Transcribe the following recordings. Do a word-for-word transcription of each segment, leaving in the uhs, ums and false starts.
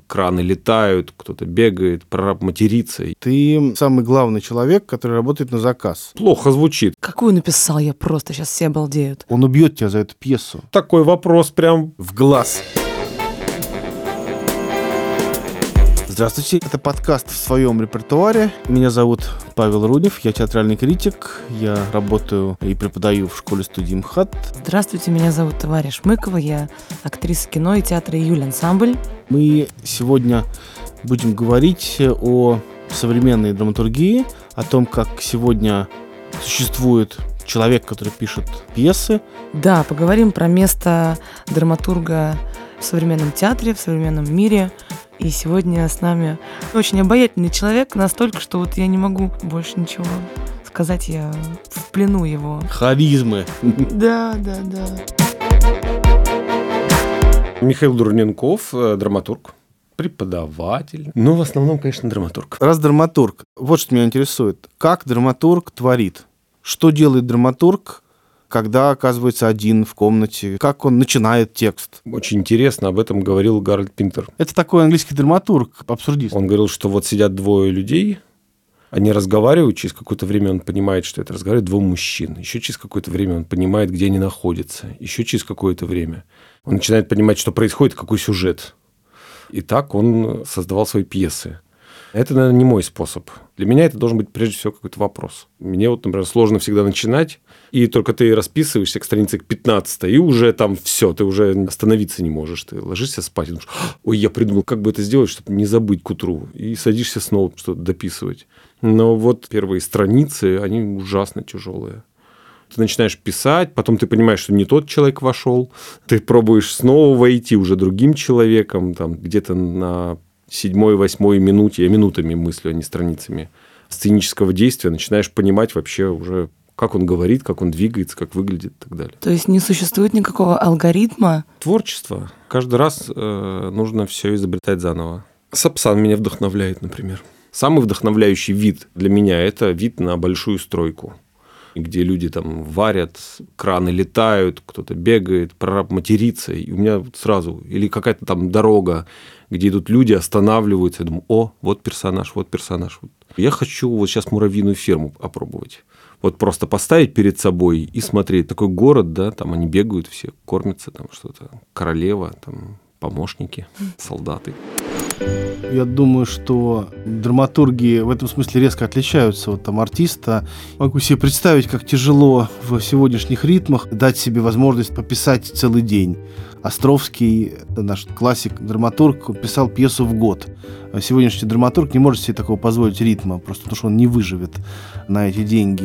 краны летают, кто-то бегает, прораб матерится. Ты самый главный человек, который работает на заказ. Плохо звучит. Какую написал я просто, сейчас все обалдеют. Он убьет тебя за эту пьесу. Такой вопрос прям в глаз. Здравствуйте, это подкаст «В своем репертуаре». Меня зовут Павел Руднев, я театральный критик, я работаю и преподаю в школе-студии МХАТ. Здравствуйте, меня зовут Варя Шмыкова, я актриса кино и театра «Июль Ансамбль». Мы сегодня будем говорить о современной драматургии, о том, как сегодня существует человек, который пишет пьесы. Да, поговорим про место драматурга в современном театре, в современном мире. И сегодня с нами очень обаятельный человек, настолько, что вот я не могу больше ничего сказать, я в плену его. Харизмы. Да, да, да. Михаил Дурненков, драматург, преподаватель. Ну, в основном, конечно, драматург. Раз драматург, вот что меня интересует. Как драматург творит? Что делает драматург, когда оказывается один в комнате, как он начинает текст? Очень интересно, об этом говорил Гарольд Пинтер. Это такой английский драматург, абсурдист. Он говорил, что вот сидят двое людей, они разговаривают, через какое-то время он понимает, что это разговаривают двое мужчин. Еще через какое-то время он понимает, где они находятся. Еще через какое-то время он начинает понимать, что происходит, какой сюжет. И так он создавал свои пьесы. Это, наверное, не мой способ. Для меня это должен быть, прежде всего, какой-то вопрос. Мне вот, например, сложно всегда начинать, и только ты расписываешься к странице к пятнадцатой, и уже там все, ты уже остановиться не можешь. Ты ложишься спать и думаешь, ой, я придумал, как бы это сделать, чтобы не забыть к утру. И садишься снова что-то дописывать. Но вот первые страницы, они ужасно тяжелые. Ты начинаешь писать, потом ты понимаешь, что не тот человек вошел, ты пробуешь снова войти уже другим человеком, там где-то на седьмой, восьмой минуте, я минутами мыслю, а не страницами сценического действия, начинаешь понимать вообще уже, как он говорит, как он двигается, как выглядит и так далее. То есть не существует никакого алгоритма? Творчество. Каждый раз э, нужно все изобретать заново. Сапсан меня вдохновляет, например. Самый вдохновляющий вид для меня – это вид на большую стройку, где люди там варят, краны летают, кто-то бегает, прораб матерится, и у меня сразу, или какая-то там дорога, где идут люди, останавливаются, я думаю, о, вот персонаж, вот персонаж. Я хочу вот сейчас муравьиную ферму опробовать. Вот просто поставить перед собой и смотреть. Такой город, да, там они бегают все, кормятся, там что-то, королева, там помощники, солдаты. Я думаю, что драматурги в этом смысле резко отличаются от там, артиста. Могу себе представить, как тяжело в сегодняшних ритмах дать себе возможность пописать целый день. Островский, наш классик, драматург, писал пьесу в год. Сегодняшний драматург не может себе такого позволить ритма, просто потому что он не выживет на эти деньги.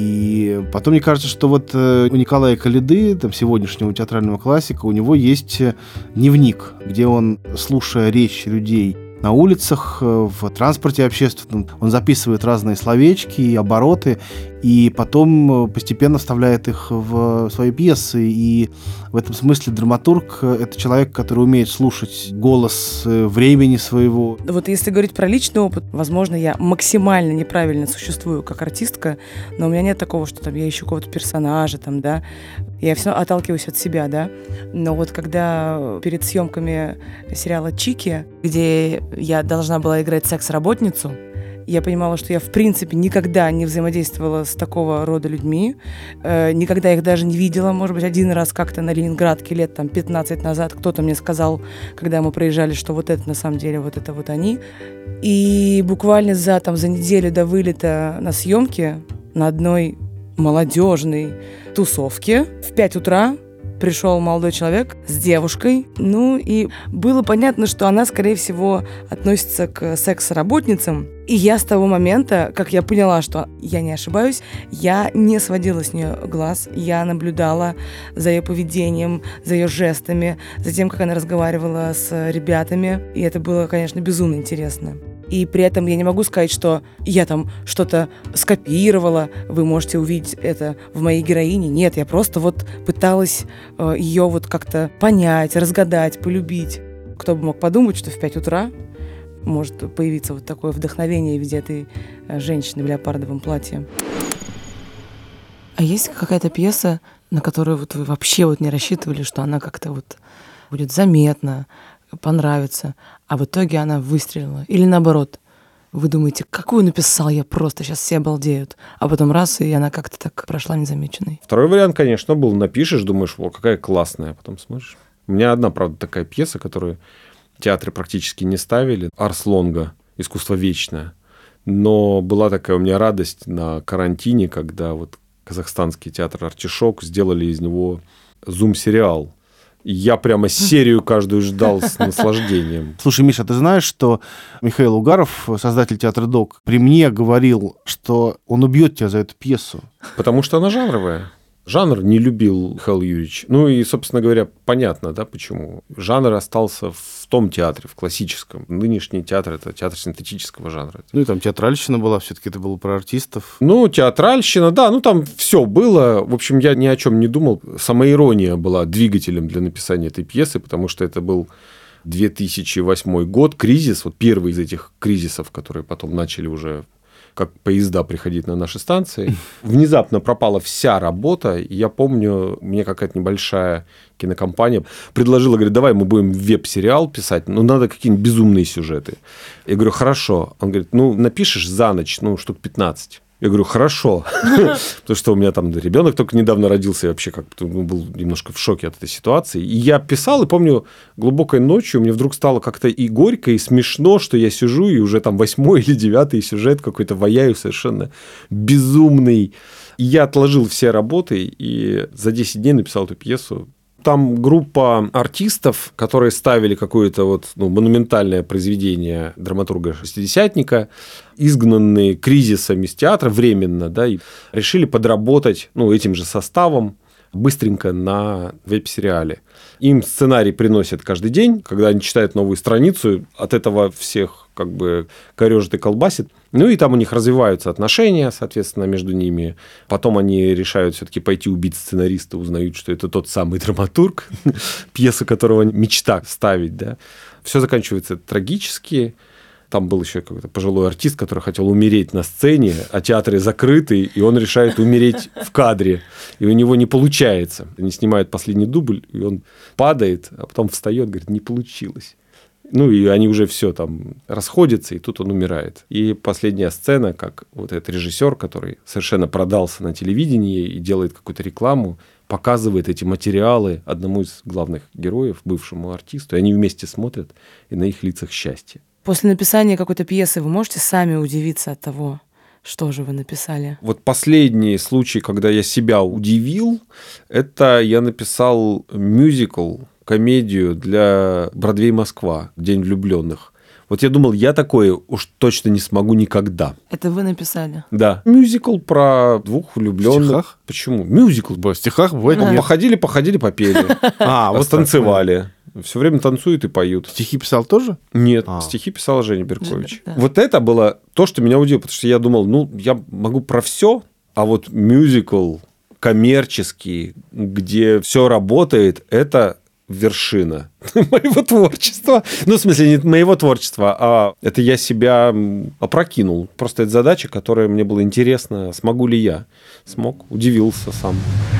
И потом мне кажется, что вот у Николая Коляды, там, сегодняшнего театрального классика, у него есть дневник, где он, слушая речь людей на улицах, в транспорте общественном, он записывает разные словечки и обороты, и потом постепенно вставляет их в свои пьесы. И в этом смысле драматург – это человек, который умеет слушать голос времени своего. Вот если говорить про личный опыт, возможно, я максимально неправильно существую как артистка, но у меня нет такого, что там я ищу какого-то персонажа, там, да, я все равно отталкиваюсь от себя, да. Но вот когда перед съемками сериала «Чики», где я должна была играть секс-работницу, я понимала, что я, в принципе, никогда не взаимодействовала с такого рода людьми, э, никогда их даже не видела. Может быть, один раз как-то на Ленинградке лет там, пятнадцать назад кто-то мне сказал, когда мы проезжали, что вот это на самом деле, вот это вот они. И буквально за, там, за неделю до вылета на съемки на одной молодежной тусовке в пять утра пришел молодой человек с девушкой. Ну, и было понятно, что она, скорее всего, относится к секс-работницам. И я с того момента, как я поняла, что я не ошибаюсь, я не сводила с нее глаз. Я наблюдала за ее поведением, за ее жестами, за тем, как она разговаривала с ребятами. И это было, конечно, безумно интересно. И при этом я не могу сказать, что я там что-то скопировала, вы можете увидеть это в моей героине. Нет, я просто вот пыталась э, ее вот как-то понять, разгадать, полюбить. Кто бы мог подумать, что в пять утра может появиться вот такое вдохновение в виде этой женщины в леопардовом платье. А есть какая-то пьеса, на которую вот вы вообще вот не рассчитывали, что она как-то вот будет заметна, понравится, а в итоге она выстрелила. Или наоборот, вы думаете, какую написал я просто, сейчас все обалдеют. А потом раз, и она как-то так прошла незамеченной. Второй вариант, конечно, был, напишешь, думаешь, о, какая классная, а потом смотришь. У меня одна, правда, такая пьеса, которую в театре практически не ставили, Арс Лонга, «Искусство вечное». Но была такая у меня радость на карантине, когда вот казахстанский театр «Артишок» сделали из него зум-сериал. И я прямо серию каждую ждал с наслаждением. Слушай, Миша, ты знаешь, что Михаил Угаров, создатель театра ДОК, при мне говорил, что он убьет тебя за эту пьесу. Потому что она жанровая. Жанр не любил Михаил Юрьевич. Ну и, собственно говоря, понятно, да, почему. Жанр остался в том театре, в классическом. Нынешний театр – это театр синтетического жанра. Ну и там театральщина была, все-таки это было про артистов. Ну, театральщина, да, ну там все было. В общем, я ни о чем не думал. Самоирония была двигателем для написания этой пьесы, потому что это был две тысячи восьмой год, кризис, вот первый из этих кризисов, которые потом начали уже как поезда приходить на наши станции. Внезапно пропала вся работа. И я помню, мне какая-то небольшая кинокомпания предложила, говорит, давай мы будем веб-сериал писать, но надо какие-нибудь безумные сюжеты. Я говорю, хорошо. Он говорит, ну, напишешь за ночь, ну, штук пятнадцать. Я говорю, хорошо, потому что у меня там ребенок только недавно родился, я вообще как-то был немножко в шоке от этой ситуации. И я писал, и помню, глубокой ночью мне вдруг стало как-то и горько, и смешно, что я сижу, и уже там восьмой или девятый сюжет какой-то ваяю совершенно безумный. И я отложил все работы, и за десять дней написал эту пьесу. Там группа артистов, которые ставили какое-то вот, ну, монументальное произведение драматурга-шестидесятника, изгнанные кризисом из театра временно, да, и решили подработать, ну, этим же составом быстренько на веб-сериале. Им сценарий приносят каждый день, когда они читают новую страницу, от этого всех как бы корежит и колбасит. Ну, и там у них развиваются отношения, соответственно, между ними. Потом они решают все-таки пойти убить сценариста, узнают, что это тот самый драматург, пьесу которого мечта ставить, да. Все заканчивается трагически. Там был еще какой-то пожилой артист, который хотел умереть на сцене, а театры закрыты, и он решает умереть в кадре. И у него не получается. Они снимают последний дубль, и он падает, а потом встает, говорит, не получилось. Ну, и они уже все там расходятся, и тут он умирает. И последняя сцена, как вот этот режиссер, который совершенно продался на телевидении и делает какую-то рекламу, показывает эти материалы одному из главных героев, бывшему артисту, и они вместе смотрят, и на их лицах счастье. После написания какой-то пьесы вы можете сами удивиться от того, что же вы написали? Вот последний случай, когда я себя удивил, это я написал мюзикл, комедию для Бродвей Москва «День влюбленных». Вот я думал, я такое уж точно не смогу никогда. Это вы написали? Да. Мюзикл про двух влюбленных. В стихах? Почему? Мюзикл. В стихах бывает нет. Походили, походили, попели. А, вот танцевали. Все время танцуют и поют. Стихи писал тоже? Нет, А. стихи писала Женя Беркович. Да. Вот это было то, что меня удивило, потому что я думал, ну, я могу про все, а вот мюзикл коммерческий, где все работает, это вершина моего творчества. Ну, в смысле, не моего творчества, а это я себя опрокинул. Просто это задача, которая мне было интересно, смогу ли я. Смог, удивился сам.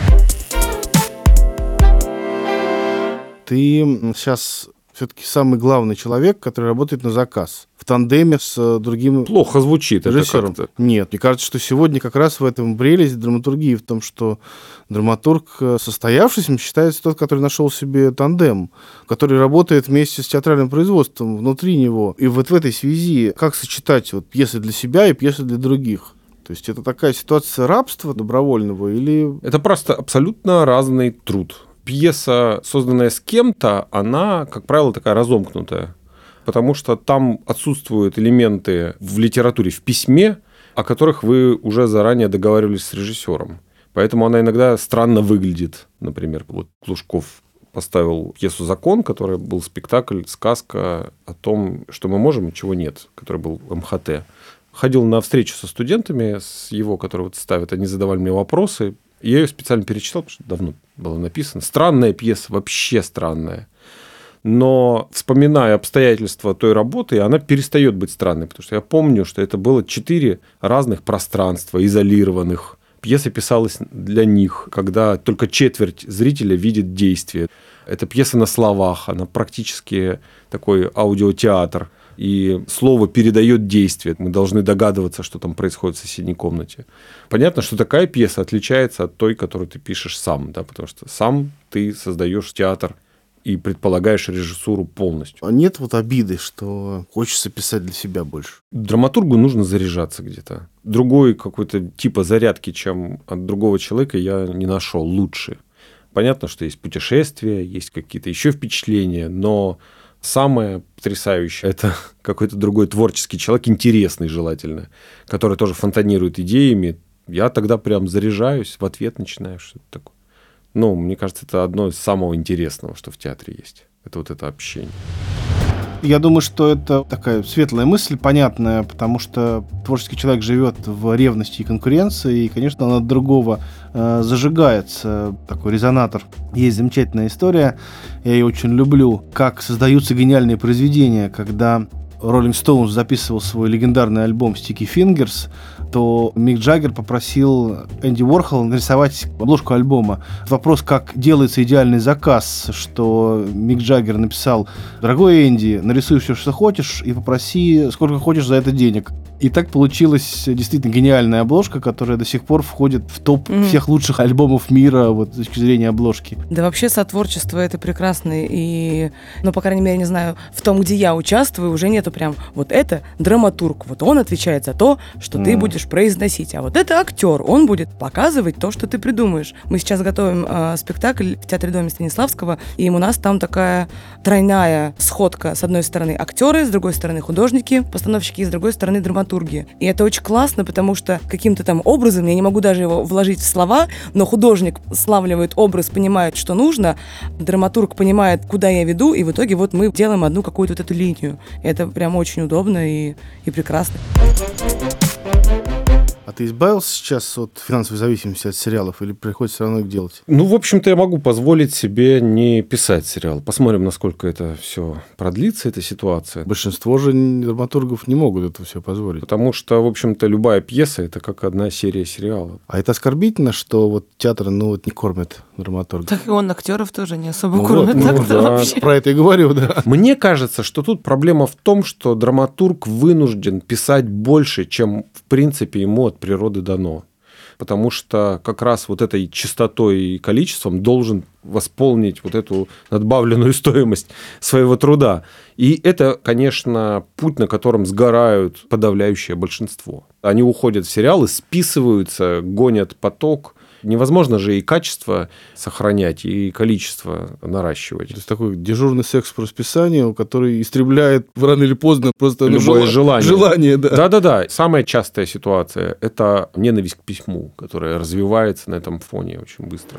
Ты сейчас все-таки самый главный человек, который работает на заказ. В тандеме с другим Плохо звучит режиссером. Это как-то. Нет, мне кажется, что сегодня как раз в этом прелесть драматургии, в том, что драматург состоявшийся считается тот, который нашел себе тандем, который работает вместе с театральным производством внутри него. И вот в этой связи как сочетать вот пьесы для себя и пьесы для других? То есть это такая ситуация рабства добровольного или... Это просто абсолютно разный труд. Пьеса, созданная с кем-то, она, как правило, такая разомкнутая, потому что там отсутствуют элементы в литературе, в письме, о которых вы уже заранее договаривались с режиссером. Поэтому она иногда странно выглядит. Например, вот Глушков поставил пьесу «Закон», которая был спектакль, сказка о том, что мы можем и чего нет, который был в эм ха тэ. Ходил на встречу со студентами, с его, которые вот ставят, они задавали мне вопросы. Я ее специально перечитал, потому что давно было написано. Странная пьеса, вообще странная. Но, вспоминая обстоятельства той работы, она перестает быть странной. Потому что я помню, что это было четыре разных пространства, изолированных. Пьеса писалась для них, когда только четверть зрителя видит действие. Это пьеса на словах, она практически такой аудиотеатр. И слово передает действие. Мы должны догадываться, что там происходит в соседней комнате. Понятно, что такая пьеса отличается от той, которую ты пишешь сам, да, потому что сам ты создаешь театр и предполагаешь режиссуру полностью. А нет вот обиды, что хочется писать для себя больше? Драматургу нужно заряжаться где-то. Другой какой-то типа зарядки, чем от другого человека, я не нашел лучше. Понятно, что есть путешествия, есть какие-то еще впечатления, но самое потрясающее – это какой-то другой творческий человек, интересный желательно, который тоже фонтанирует идеями. Я тогда прям заряжаюсь, в ответ начинаю что-то такое. Ну, мне кажется, это одно из самого интересного, что в театре есть. Это вот это общение. Я думаю, что это такая светлая мысль, понятная, потому что творческий человек живет в ревности и конкуренции, и, конечно, он от другого э, зажигается. Такой резонатор. Есть замечательная история, я ее очень люблю, как создаются гениальные произведения, когда Rolling Stones записывал свой легендарный альбом Sticky Fingers, то Мик Джаггер попросил Энди Уорхола нарисовать обложку альбома. Вопрос, как делается идеальный заказ, что Мик Джаггер написал: «Дорогой Энди, нарисуй все, что хочешь, и попроси, сколько хочешь за это денег». И так получилась действительно гениальная обложка, которая до сих пор входит в топ mm-hmm. всех лучших альбомов мира вот, с точки зрения обложки. Да вообще сотворчество — это прекрасно. И, ну, по крайней мере, не знаю, в том, где я участвую, уже нету прям вот это драматург. Вот он отвечает за то, что mm. ты будешь произносить. А вот это актер. Он будет показывать то, что ты придумаешь. Мы сейчас готовим э, спектакль в Театре-доме Станиславского, и у нас там такая тройная сходка. С одной стороны актеры, с другой стороны художники, постановщики, и с другой стороны драматурги. И это очень классно, потому что каким-то там образом, я не могу даже его вложить в слова, но художник славливает образ, понимает, что нужно, драматург понимает, куда я веду, и в итоге вот мы делаем одну какую-то вот эту линию. И это прям очень удобно и, и прекрасно. А ты избавился сейчас от финансовой зависимости от сериалов или приходится все равно их делать? Ну, в общем-то, я могу позволить себе не писать сериал. Посмотрим, насколько это все продлится, эта ситуация. Большинство же драматургов не могут это все позволить. Потому что, в общем-то, любая пьеса – это как одна серия сериала. А это оскорбительно, что вот театр, ну, вот не кормит драматургов? Так и он актеров тоже не особо ну кормит. Вот, ну, да, вообще. Про это и говорю, да. Мне кажется, что тут проблема в том, что драматург вынужден писать больше, чем, в принципе, ему от природы дано. Потому что как раз вот этой частотой и количеством должен восполнить вот эту надбавленную стоимость своего труда. И это, конечно, путь, на котором сгорают подавляющее большинство. Они уходят в сериалы, списываются, гонят поток. Невозможно же и качество сохранять, и количество наращивать. То есть такой дежурный секс по расписанию, который истребляет рано или поздно просто любое ну, желание. желание да. Да-да-да. Самая частая ситуация – это ненависть к письму, которая развивается на этом фоне очень быстро.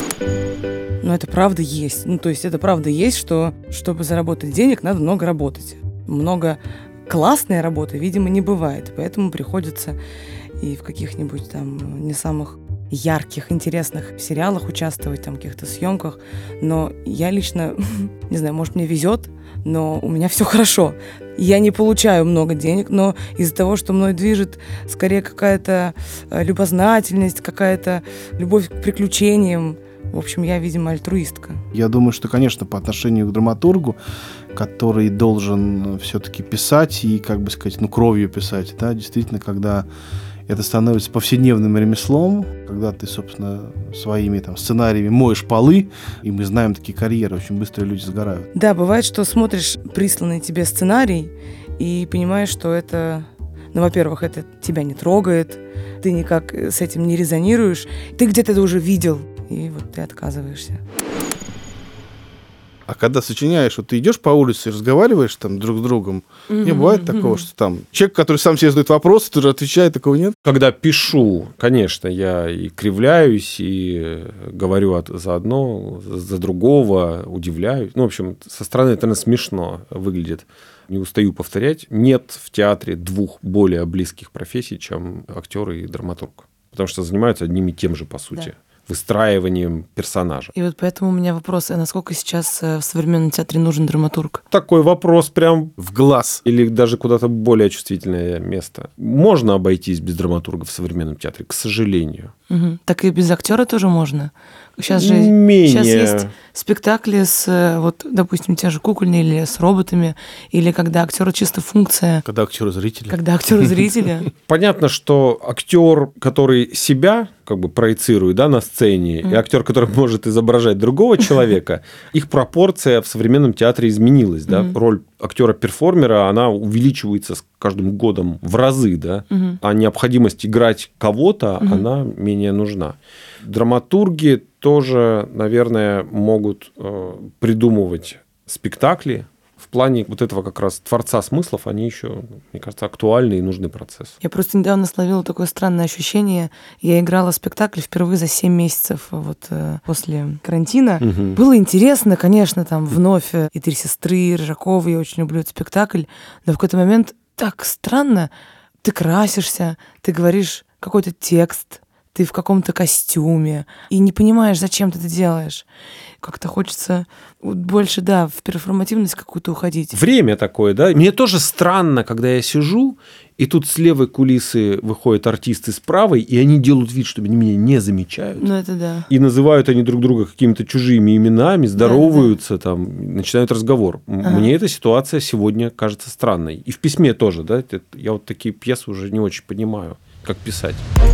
Но это правда есть. Ну, то есть это правда есть, что чтобы заработать денег, надо много работать. Много классной работы, видимо, не бывает. Поэтому приходится и в каких-нибудь там не самых ярких, интересных сериалах участвовать, там, в каких-то съемках. Но я лично, не знаю, может, мне везет, но у меня все хорошо. Я не получаю много денег, но из-за того, что мной движет скорее какая-то любознательность, какая-то любовь к приключениям, в общем, я, видимо, альтруистка. Я думаю, что, конечно, по отношению к драматургу, который должен все-таки писать и, как бы сказать, ну, кровью писать, да, действительно, когда это становится повседневным ремеслом, когда ты, собственно, своими там сценариями моешь полы, и мы знаем такие карьеры, очень быстро люди сгорают. Да, бывает, что смотришь присланный тебе сценарий и понимаешь, что это, ну, во-первых, это тебя не трогает, ты никак с этим не резонируешь, ты где-то это уже видел, и вот ты отказываешься. А когда сочиняешь, вот ты идешь по улице и разговариваешь там друг с другом, mm-hmm. не бывает такого, что там человек, который сам себе задает вопросы, тоже отвечает, такого нет? Когда пишу, конечно, я и кривляюсь, и говорю от, за одно, за другого, удивляюсь. Ну, в общем, со стороны это, наверное, смешно выглядит. Не устаю повторять. Нет в театре двух более близких профессий, чем актер и драматург. Потому что занимаются одним и тем же, по сути. Да. Выстраиванием персонажа. И вот поэтому у меня вопрос, а насколько сейчас в современном театре нужен драматург? Такой вопрос прям в глаз. Или даже куда-то более чувствительное место. Можно обойтись без драматурга в современном театре, к сожалению. Угу. Так и без актера тоже можно. Сейчас же Менее. сейчас есть спектакли с, вот, допустим, те же кукольные или с роботами, или когда актеры чисто функция, Когда актеры зрители. когда актеры зрители. Понятно, что актер, который себя как бы проецирует, да, на сцене, Мгм. и актер, который может изображать другого человека, их пропорция в современном театре изменилась, да. Мгм. Роль актера-перформера, она увеличивается с каждым годом в разы, да. Мгм. А необходимость играть кого-то, Мгм. она менее нужна. Драматурги тоже, наверное, могут э, придумывать спектакли. В плане вот этого как раз творца смыслов, они еще, мне кажется, актуальный и нужный процесс. Я просто недавно словила такое странное ощущение. Я играла спектакль впервые за семь месяцев вот, э, после карантина. Мгм. Было интересно, конечно, там вновь э, и «Три сестры», и Рыжакова, я очень люблю этот спектакль. Но в какой-то момент так странно. Ты красишься, ты говоришь какой-то текст, ты в каком-то костюме, и не понимаешь, зачем ты это делаешь. Как-то хочется вот больше, да, в перформативность какую-то уходить. Время такое, да. Мне тоже странно, когда я сижу, и тут с левой кулисы выходят артисты с правой, и они делают вид, что они меня не замечают. Ну, это да. И называют они друг друга какими-то чужими именами, здороваются, там, начинают разговор. М- Ага. Мне эта ситуация сегодня кажется странной. И в письме тоже, да. Это- Я вот такие пьесы уже не очень понимаю, как писать.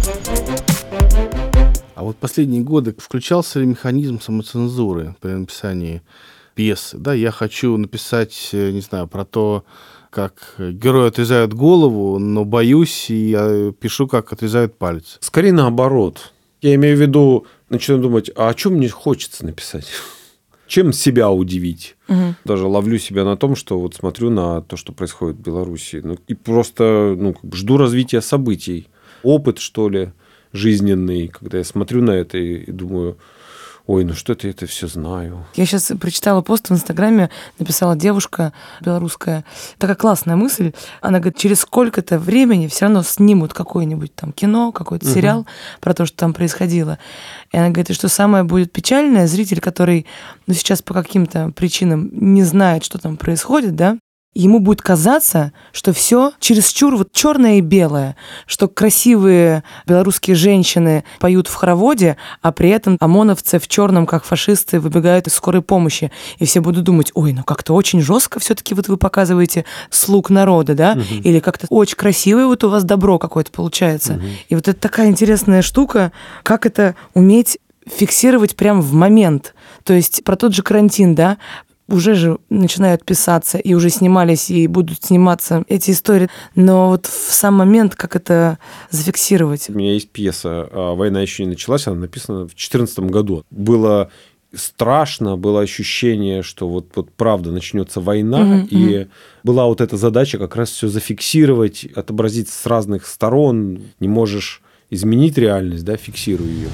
А вот последние годы включался ли механизм самоцензуры при написании пьесы? Да, я хочу написать, э, не знаю, про то, как герою отрезают голову, но боюсь, и я пишу, как отрезают палец. Скорее наоборот. Я имею в виду, начинаю думать, а о чем мне хочется написать? Чем себя удивить? Мгм. Даже ловлю себя на том, что вот смотрю на то, что происходит в Беларуси, ну, и просто ну, как бы жду развития событий. Опыт, что ли, жизненный, когда я смотрю на это и, и думаю, ой, ну что-то я это все знаю. Я сейчас прочитала пост в Инстаграме, написала девушка белорусская. Такая классная мысль. Она говорит, через сколько-то времени все равно снимут какое-нибудь там кино, какой-то Мгм. сериал про то, что там происходило. И она говорит, и что самое будет печальное, зритель, который ну, сейчас по каким-то причинам не знает, что там происходит, да, ему будет казаться, что все чересчур вот черное и белое, что красивые белорусские женщины поют в хороводе, а при этом ОМОНовцы в черном, как фашисты, выбегают из скорой помощи. И все будут думать, ой, ну как-то очень жестко все-таки вот вы показываете слуг народа, да? Мгм. Или как-то очень красивое вот у вас добро какое-то получается. Мгм. И вот это такая интересная штука, как это уметь фиксировать прямо в момент. То есть про тот же карантин, да, уже же начинают писаться, и уже снимались, и будут сниматься эти истории. Но вот в сам момент, как это зафиксировать? У меня есть пьеса «Война еще не началась», она написана в две тысячи четырнадцатом году. Было страшно, было ощущение, что вот, вот правда начнется война, Мгм, и была вот эта задача как раз все зафиксировать, отобразить с разных сторон. Не можешь изменить реальность, да, фиксируй ее.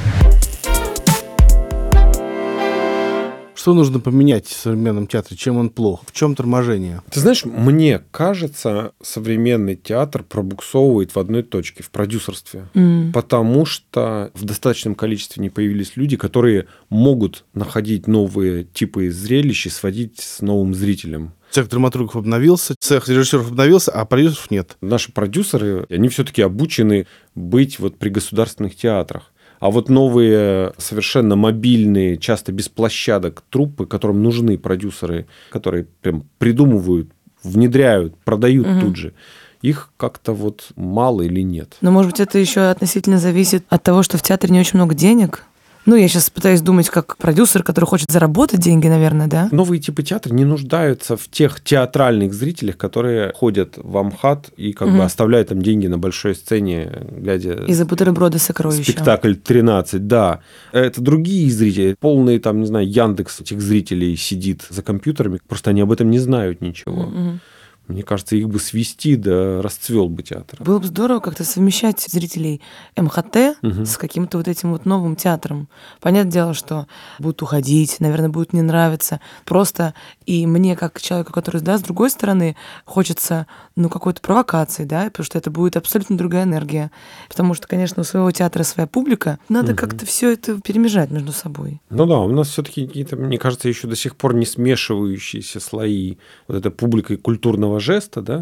Что нужно поменять в современном театре? Чем он плох? В чем торможение? Ты знаешь, мне кажется, современный театр пробуксовывает в одной точке, в продюсерстве. М. Потому что в достаточном количестве не появились люди, которые могут находить новые типы зрелищ и сводить с новым зрителем. Цех драматургов обновился, цех режиссеров обновился, а продюсеров нет. Наши продюсеры, они все-таки обучены быть вот при государственных театрах. А вот новые, совершенно мобильные, часто без площадок труппы, которым нужны продюсеры, которые прям придумывают, внедряют, продают Мгм. тут же, их как-то вот мало или нет. Но, может быть, это еще относительно зависит от того, что в театре не очень много денег. Ну, я сейчас пытаюсь думать как продюсер, который хочет заработать деньги, наверное, да? Новые типы театра не нуждаются в тех театральных зрителях, которые ходят в Амхат и как Мгм. бы оставляют там деньги на большой сцене, глядя Из-за бутерброда сокровища. спектакль тринадцать, да. Это другие зрители, полные там, не знаю, Яндекс этих зрителей сидит за компьютерами, просто они об этом не знают ничего. Мгм. Мне кажется, их бы свести, да расцвел бы театр. Было бы здорово как-то совмещать зрителей эм ха тэ Мгм. с каким-то вот этим вот новым театром. Понятное дело, что будут уходить, наверное, будет не нравиться. Просто и мне, как человеку, который, да, с другой стороны, хочется, ну, какой-то провокации, да, потому что это будет абсолютно другая энергия. Потому что, конечно, у своего театра своя публика. Надо Мгм. как-то все это перемежать между собой. Ну да, у нас все-таки какие-то, мне кажется, еще до сих пор не смешивающиеся слои вот этой публикой культурного жеста, да,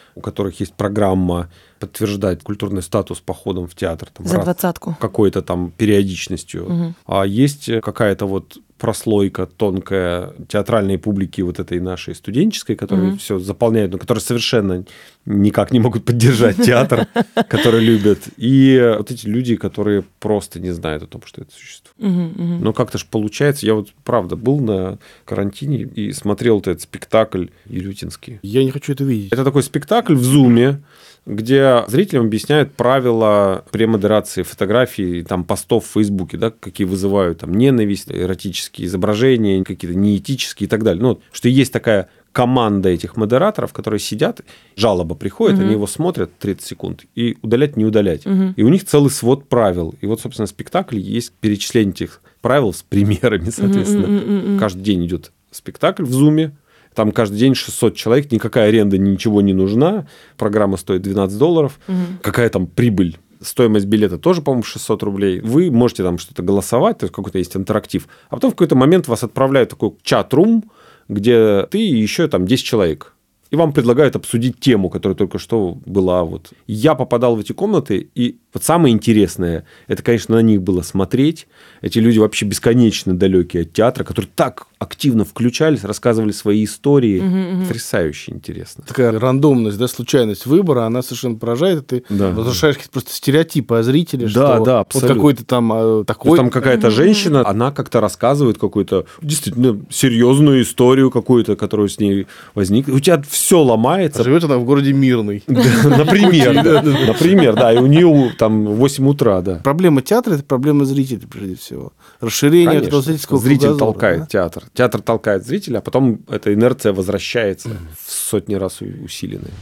у которых есть программа подтверждать культурный статус походом в театр. Там, За двадцатку. Какой-то там периодичностью. Угу. А есть какая-то вот прослойка тонкая театральной публики вот этой нашей студенческой, которая mm-hmm. все заполняет, но которые совершенно никак не могут поддержать театр, который любят. И вот эти люди, которые просто не знают о том, что это существует. Mm-hmm. Но как-то же получается. Я вот, правда, был на карантине и смотрел этот спектакль «Илютинский». Я не хочу это видеть. Это такой спектакль в Зуме, где зрителям объясняют правила премодерации фотографий, там, постов в Фейсбуке, да, какие вызывают там, ненависть, эротические изображения, какие-то неэтические и так далее. Ну, что есть такая команда этих модераторов, которые сидят, жалоба приходит, угу. они его смотрят тридцать секунд, и удалять, не удалять. Угу. И у них целый свод правил. И вот, собственно, спектакль есть перечисление этих правил с примерами, соответственно. Угу. Каждый день идет спектакль в Зуме. Там каждый день шестьсот человек, никакая аренда, ничего не нужна. Программа стоит двенадцать долларов. Угу. Какая там прибыль? Стоимость билета тоже, по-моему, шестьсот рублей. Вы можете там что-то голосовать, то есть какой-то есть интерактив. А потом в какой-то момент вас отправляют в такой чат-рум, где ты и еще там десять человек. И вам предлагают обсудить тему, которая только что была. Вот. Я попадал в эти комнаты, и вот самое интересное, это, конечно, на них было смотреть. Эти люди вообще бесконечно далекие от театра, которые так активно включались, рассказывали свои истории. Угу, потрясающе интересно. Такая рандомность, да, случайность выбора, она совершенно поражает. И ты да. возвращаешь какие-то просто стереотипы о зрителе, да, что да, вот какой-то там э, такой... Там какая-то угу. женщина, она как-то рассказывает какую-то действительно серьезную историю какую-то, которую с ней возникла. У тебя все ломается. А живет она в городе Мирный. Например. Например, да. И у нее там восемь утра, да. Проблема театра – это проблема зрителя, прежде всего. Расширение этого зрительского кругозора. Зритель толкает театр. Театр толкает зрителя, а потом эта инерция возвращается в сотни раз усиленная.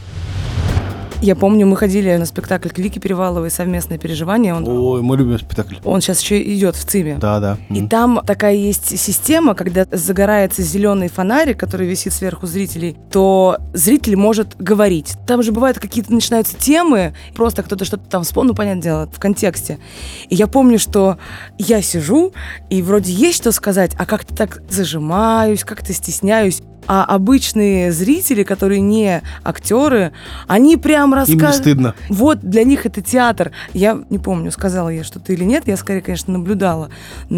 Я помню, мы ходили на спектакль Вики Переваловой «Совместное переживание». Он, Ой, мы любим спектакль. Он сейчас еще идет в ЦИМе. Да, да. И mm. там такая есть система, когда загорается зеленый фонарик, который висит сверху зрителей, то зритель может говорить. Там же бывают какие-то начинаются темы, просто кто-то что-то там вспомнил, понятное дело, в контексте. И я помню, что я сижу, и вроде есть что сказать, а как-то так зажимаюсь, как-то стесняюсь. А обычные зрители, которые не актеры, они прям рассказывают. Им не стыдно. Вот, для них это театр. Я не помню, сказала я что-то или нет, я скорее, конечно, наблюдала.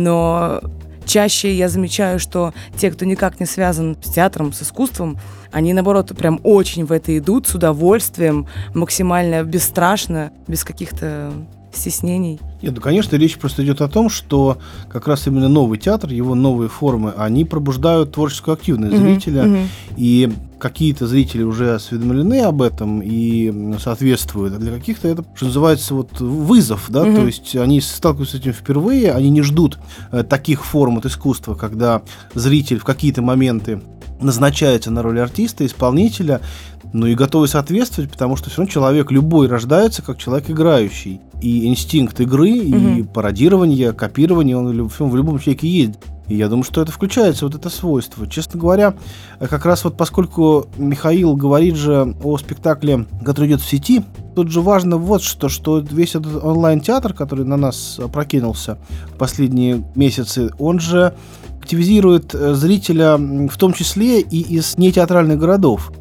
Но чаще я замечаю, что те, кто никак не связан с театром, с искусством, они, наоборот, прям очень в это идут, с удовольствием, максимально бесстрашно, без каких-то стеснений. Нет, ну, конечно, речь просто идет о том, что как раз именно новый театр, его новые формы, они пробуждают творческую активность mm-hmm. зрителя, mm-hmm. и какие-то зрители уже осведомлены об этом и соответствуют, а для каких-то это, что называется, вот вызов, да, mm-hmm. то есть они сталкиваются с этим впервые, они не ждут э, таких форм от искусства, когда зритель в какие-то моменты назначается на роль артиста, исполнителя, ну и готовы соответствовать, потому что все равно человек любой рождается как человек играющий. И инстинкт игры, mm-hmm. и пародирование, копирование, он в любом человеке есть. И я думаю, что это включается, вот это свойство. Честно говоря, как раз вот поскольку Михаил говорит же о спектакле, который идет в сети, тут же важно вот что, что весь этот онлайн-театр, который на нас опрокинулся в последние месяцы, он же активизирует зрителя в том числе и из нетеатральных городов.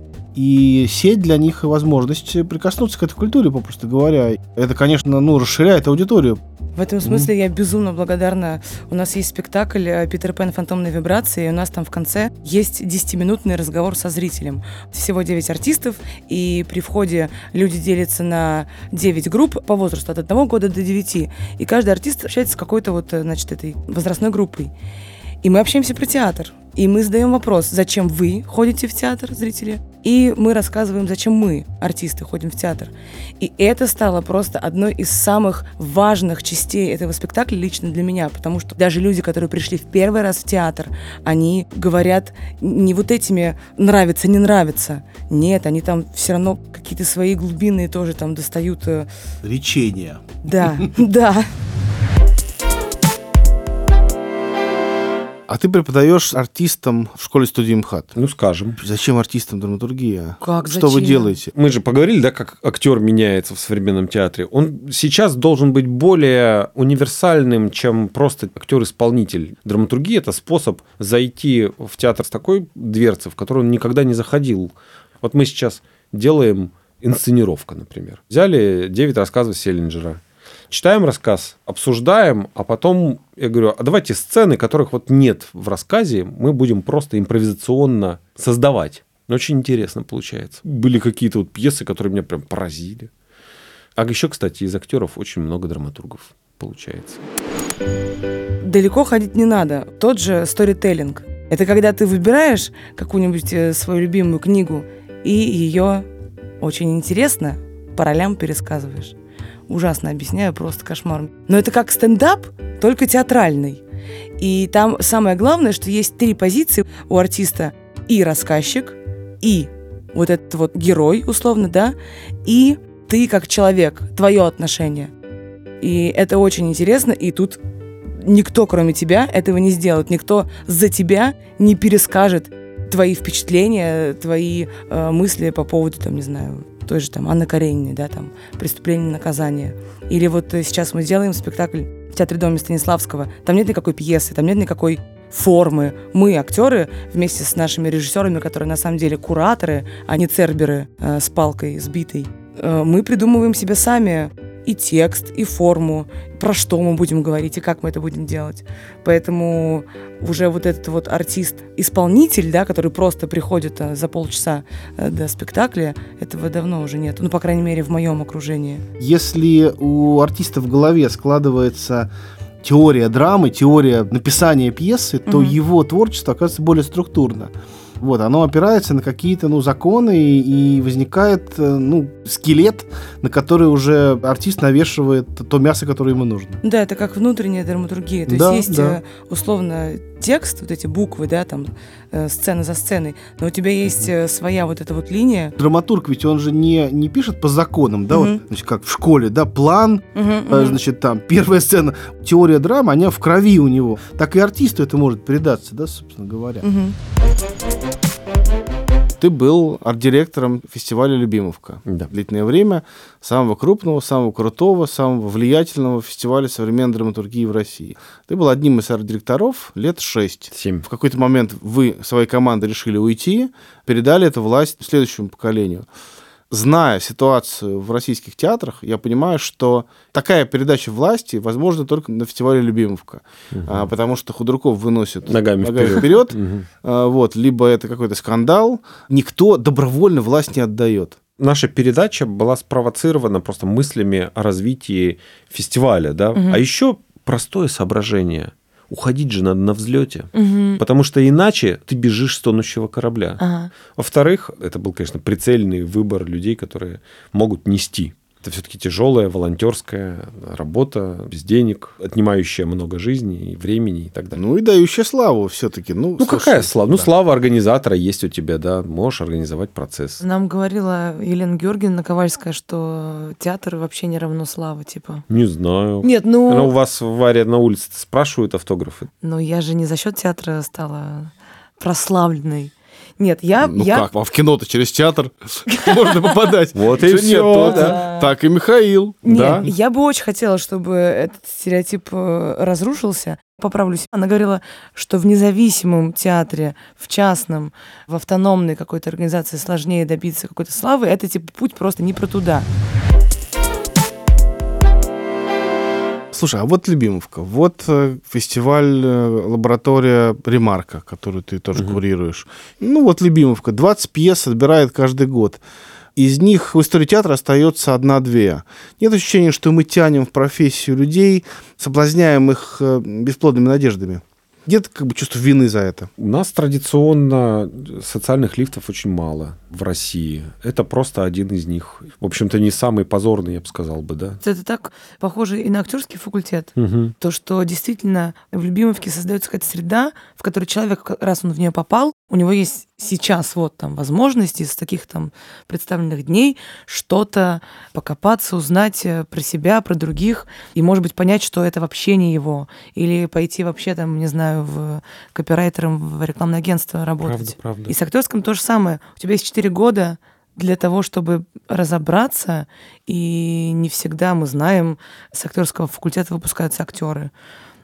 И сеть для них возможность прикоснуться к этой культуре, попросту говоря. Это, конечно, ну, расширяет аудиторию. В этом смысле mm-hmm. я безумно благодарна. У нас есть спектакль «Питер Пен. Фантомные вибрации», и у нас там в конце есть десятиминутный разговор со зрителем. Всего девять артистов, и при входе люди делятся на девять групп по возрасту от одного года до девяти. И каждый артист общается с какой-то вот, значит, этой возрастной группой. И мы общаемся про театр. И мы задаем вопрос, зачем вы ходите в театр, зрители? И мы рассказываем, зачем мы, артисты, ходим в театр. И это стало просто одной из самых важных частей этого спектакля лично для меня, потому что даже люди, которые пришли в первый раз в театр, они говорят не вот этими «нравится, не нравится». Нет, они там все равно какие-то свои глубинные тоже там достают. Речения. Да, да. А ты преподаешь артистам в школе-студии МХАТ. Ну, скажем. Зачем артистам драматургия? Как, Что зачем? вы делаете? Мы же поговорили, да, как актер меняется в современном театре. Он сейчас должен быть более универсальным, чем просто актер-исполнитель. Драматургия – это способ зайти в театр с такой дверцы, в которую он никогда не заходил. Вот мы сейчас делаем инсценировка, например. Взяли девять рассказов Селлинджера. Читаем рассказ, обсуждаем, а потом я говорю, а давайте сцены, которых вот нет в рассказе, мы будем просто импровизационно создавать. Очень интересно получается. Были какие-то вот пьесы, которые меня прям поразили. А еще, кстати, из актеров очень много драматургов получается. Далеко ходить не надо. Тот же сторителлинг. Это когда ты выбираешь какую-нибудь свою любимую книгу и ее очень интересно по ролям пересказываешь. Ужасно объясняю, просто кошмар. Но это как стендап, только театральный. И там самое главное, что есть три позиции у артиста. И рассказчик, и вот этот вот герой, условно, да, и ты как человек, твое отношение. И это очень интересно, и тут никто, кроме тебя, этого не сделает. Никто за тебя не перескажет твои впечатления, твои э, мысли по поводу, там, не знаю, той же там Анны Карениной, да, там, «Преступление и наказание». Или вот сейчас мы сделаем спектакль в Театре Доме Станиславского. Там нет никакой пьесы, там нет никакой формы. Мы, актеры, вместе с нашими режиссерами, которые на самом деле кураторы, а не церберы э, с палкой сбитой, э, мы придумываем себе сами и текст, и форму, про что мы будем говорить и как мы это будем делать. Поэтому уже вот этот вот артист-исполнитель, да, который просто приходит а, за полчаса а, до спектакля, этого давно уже нет. Ну, по крайней мере, в моем окружении. Если у артиста в голове складывается теория драмы, теория написания пьесы, то угу. его творчество оказывается более структурно. Вот, оно опирается на какие-то, ну, законы, и, и возникает, ну, скелет, на который уже артист навешивает то мясо, которое ему нужно. Да, это как внутренняя драматургия. То да, есть есть, да. условно, текст, вот эти буквы, да, там, э, сцена за сценой, но у тебя есть э, своя вот эта вот линия. Драматург ведь он же не, не пишет по законам, да, uh-huh. вот, значит, как в школе, да, план, uh-huh, uh-huh. значит, там, первая сцена, теория драмы, она в крови у него. Так и артисту это может передаться, да, собственно говоря. Uh-huh. Ты был арт-директором фестиваля «Любимовка» да. длительное время, самого крупного, самого крутого, самого влиятельного фестиваля современной драматургии в России. Ты был одним из арт-директоров лет шесть. Семь. В какой-то момент вы своей командой решили уйти, передали эту власть следующему поколению. Зная ситуацию в российских театрах, я понимаю, что такая передача власти возможна только на фестивале «Любимовка», угу. а, потому что Худруков выносит ногами, ногами вперед, вперед угу. а, вот, либо это какой-то скандал, никто добровольно власть не отдает. Наша передача была спровоцирована просто мыслями о развитии фестиваля, да, угу. а еще простое соображение. Уходить же надо на взлете, угу. потому что иначе ты бежишь с тонущего корабля. Ага. Во-вторых, это был, конечно, прицельный выбор людей, которые могут нести. Это все-таки тяжелая волонтерская работа, без денег, отнимающая много жизни и времени и так далее. Ну и дающая славу все-таки. Ну, ну слушай, какая слава? Да. Ну, слава организатора есть у тебя, да, можешь организовать процесс. Нам говорила Елена Георгиевна Ковальская, что театр вообще не равно слава, типа. Не знаю. Нет, ну... Но у вас, Варя, на улице спрашивают автографы? Ну, я же не за счет театра стала прославленной. Нет, я... Ну я... как, а в кино-то через театр можно попадать. Вот и все, да. Так и Михаил. Нет, я бы очень хотела, чтобы этот стереотип разрушился. Поправлюсь. Она говорила, что в независимом театре, в частном, в автономной какой-то организации сложнее добиться какой-то славы. Это типа путь просто не про туда. Слушай, а вот «Любимовка», вот фестиваль «Лаборатория Ремарка», который ты тоже угу. курируешь. Ну вот «Любимовка», двадцать пьес отбирает каждый год. Из них в истории театра остается одна-две. Нет ощущения, что мы тянем в профессию людей, соблазняем их бесплодными надеждами? Нет как бы чувства вины за это? У нас традиционно социальных лифтов очень мало в России. Это просто один из них. В общем-то, не самый позорный, я бы сказал бы, да. Это так похоже и на актерский факультет. Угу. То, что действительно в «Любимовке» создается какая-то среда, в которой человек, раз он в нее попал, у него есть сейчас вот там возможности из таких там представленных дней что-то покопаться, узнать про себя, про других, и, может быть, понять, что это вообще не его. Или пойти вообще там, не знаю, в копирайтером в рекламное агентство работать. Правда, правда. И с актерским то же самое. У тебя есть четыре года для того, чтобы разобраться, и не всегда мы знаем, с актерского факультета выпускаются актеры.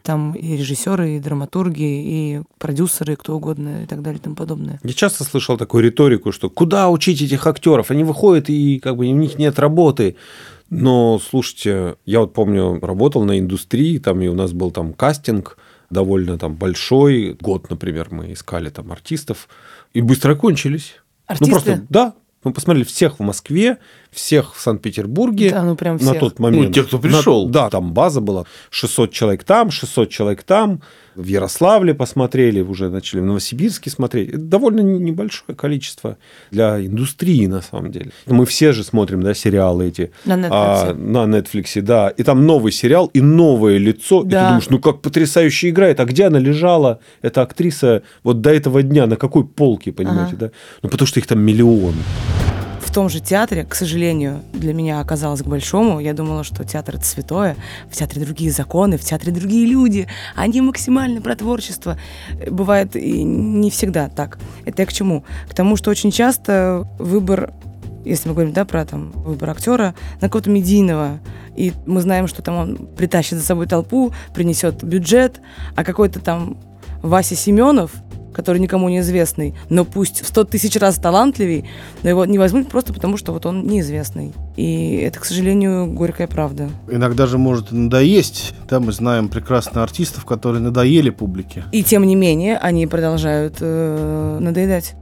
там и режиссеры, и драматурги, и продюсеры, и кто угодно, и так далее, и тому подобное. Я часто слышал такую риторику, что куда учить этих актеров? Они выходят, и как бы у них нет работы. Но, слушайте, я вот помню, работал на индустрии, там и у нас был там кастинг довольно там большой. Год, например, мы искали там артистов, и быстро кончились. Артисты? Ну, просто, да. Мы посмотрели всех в Москве, всех в Санкт-Петербурге. Да, ну прям на всех. тот момент. Ну, те, кто пришел. На, да, там база была. шестьсот человек там, шестьсот человек там. В Ярославле посмотрели, уже начали в Новосибирске смотреть. Это довольно небольшое количество для индустрии, на самом деле. Мы все же смотрим, да, сериалы эти. На Netflix. А, на Netflix, да. И там новый сериал, и новое лицо. Да. И ты думаешь, ну как потрясающе играет. А где она лежала, эта актриса, вот до этого дня, на какой полке, понимаете, ага. да? Ну, потому что их там миллион. В том же театре, к сожалению, для меня оказалось к большому. Я думала, что театр — это святое. В театре другие законы, в театре другие люди. Они максимально про творчество. Бывает и не всегда так. Это я к чему? К тому, что очень часто выбор, если мы говорим, да, про там, выбор актера, на какого-то медийного. И мы знаем, что там он притащит за собой толпу, принесет бюджет, а какой-то там Вася Семенов, который никому не известный, но пусть в сто тысяч раз талантливей, но его не возьмут просто потому, что вот он неизвестный. И это, к сожалению, горькая правда. Иногда же может надоесть. Да, мы знаем прекрасно артистов, которые надоели публике. И тем не менее, они продолжают э, надоедать.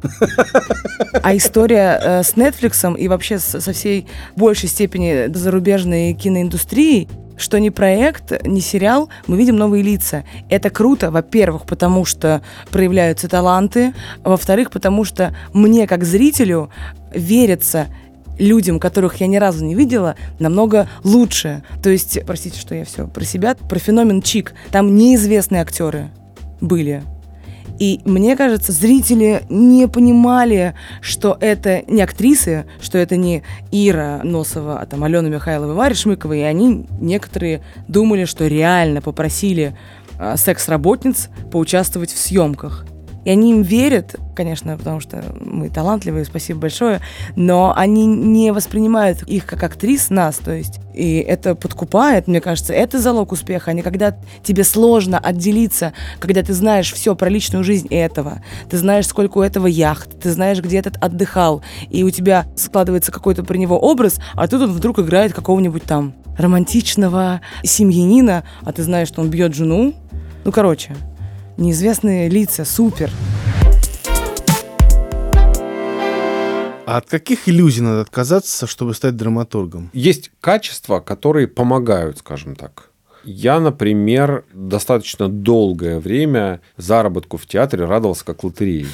А история э, с Netflix и вообще с, со всей большей степени зарубежной киноиндустрией, что ни проект, ни сериал, мы видим новые лица. Это круто, во-первых, потому что проявляются таланты, во-вторых, потому что мне, как зрителю, верится людям, которых я ни разу не видела, намного лучше. То есть, простите, что я все про себя, про феномен Чик. Там неизвестные актеры были. И мне кажется, зрители не понимали, что это не актрисы, что это не Ира Носова, а там Алена Михайлова и Варя Шмыкова, и они некоторые думали, что реально попросили э, секс-работниц поучаствовать в съемках. И они им верят, конечно, потому что мы талантливые, спасибо большое, но они не воспринимают их как актрис, нас, то есть. И это подкупает, мне кажется, это залог успеха, а не когда тебе сложно отделиться, когда ты знаешь все про личную жизнь этого, ты знаешь, сколько у этого яхт, ты знаешь, где этот отдыхал, и у тебя складывается какой-то про него образ, а тут он вдруг играет какого-нибудь там романтичного семьянина, а ты знаешь, что он бьет жену. Ну, короче... Неизвестные лица, супер. А от каких иллюзий надо отказаться, чтобы стать драматургом? Есть качества, которые помогают, скажем так. Я, например, достаточно долгое время заработку в театре радовался как лотереей.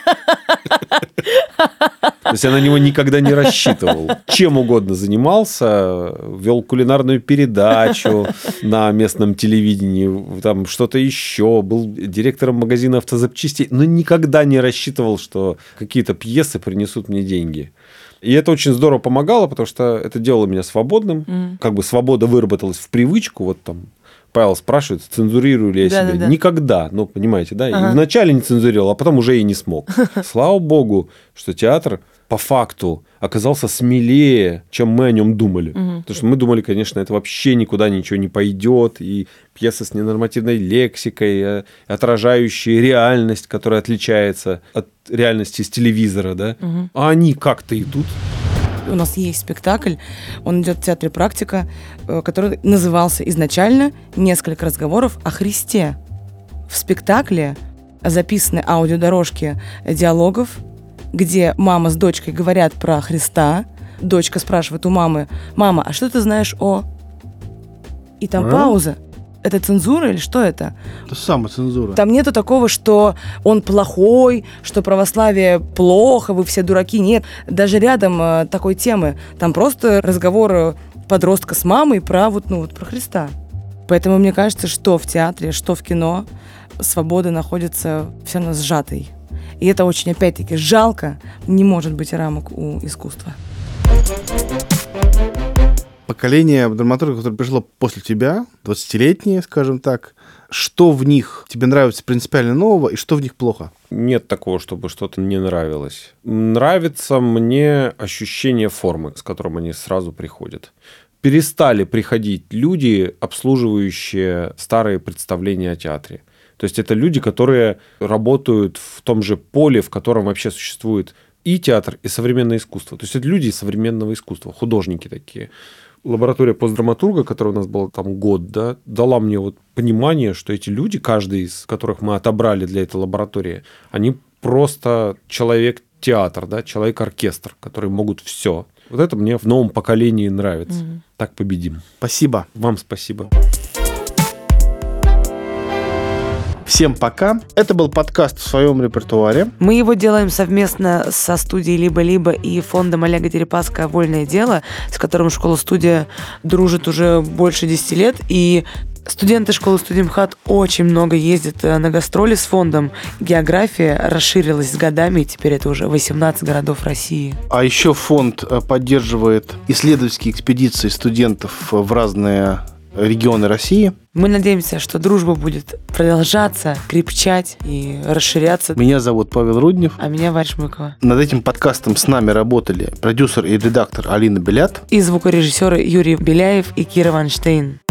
То есть я на него никогда не рассчитывал. Чем угодно занимался, вел кулинарную передачу на местном телевидении, там что-то еще, был директором магазина автозапчастей, но никогда не рассчитывал, что какие-то пьесы принесут мне деньги. И это очень здорово помогало, потому что это делало меня свободным. Mm. Как бы свобода выработалась в привычку. Вот там Павел спрашивает, цензурирую ли я да, себя. Да, да. Никогда, ну, понимаете, да? Ага. И вначале не цензурировал, а потом уже и не смог. Слава богу, что театр по факту оказался смелее, чем мы о нем думали. Угу. Потому что мы думали, конечно, это вообще никуда ничего не пойдет. И пьеса с ненормативной лексикой, отражающая реальность, которая отличается от реальности с телевизора, да? Угу. А они как-то идут. У нас есть спектакль, он идет в театре «Практика», который назывался изначально «Несколько разговоров о Христе». В спектакле записаны аудиодорожки диалогов, где мама с дочкой говорят про Христа. Дочка спрашивает у мамы: «Мама, а что ты знаешь о...» И там а? пауза. Это цензура или что это? Это самоцензура. Там нету такого, что он плохой, что православие плохо, вы все дураки. Нет, даже рядом э, такой темы. Там просто разговор подростка с мамой про, вот, ну, вот, про Христа. Поэтому мне кажется, что в театре, что в кино свобода находится все равно сжатой. И это очень, опять-таки, жалко. Не может быть рамок у искусства. Поколение драматургов, которое пришло после тебя, двадцатилетние, скажем так, что в них тебе нравится принципиально нового и что в них плохо? Нет такого, чтобы что-то не нравилось. Нравится мне ощущение формы, с которым они сразу приходят. перестали приходить люди, обслуживающие старые представления о театре. То есть это люди, которые работают в том же поле, в котором вообще существует и театр, и современное искусство. То есть это люди современного искусства, художники такие. Лаборатория постдраматурга, которая у нас была там год, да, дала мне вот понимание, что эти люди, каждый из которых мы отобрали для этой лаборатории, они просто человек-театр, да, человек-оркестр, которые могут все. Вот это мне в новом поколении нравится. Mm-hmm. Так победим. Спасибо. Вам спасибо. Всем пока. Это был подкаст в своем репертуаре. Мы его делаем совместно со студией «Либо-либо» и фондом Олега Дерипаска «Вольное дело», с которым школа-студия дружит уже больше десяти лет. И студенты школы «Студимхат» очень много ездят на гастроли с фондом. География расширилась с годами, и теперь это уже восемнадцать городов России. А еще фонд поддерживает исследовательские экспедиции студентов в разные регионы России. Мы надеемся, что дружба будет продолжаться, крепчать и расширяться. Меня зовут Павел Руднев. А меня Варя Шмыкова. Над этим подкастом с нами работали продюсер и редактор Алина Белят и звукорежиссеры Юрий Беляев и Кира Ванштейн.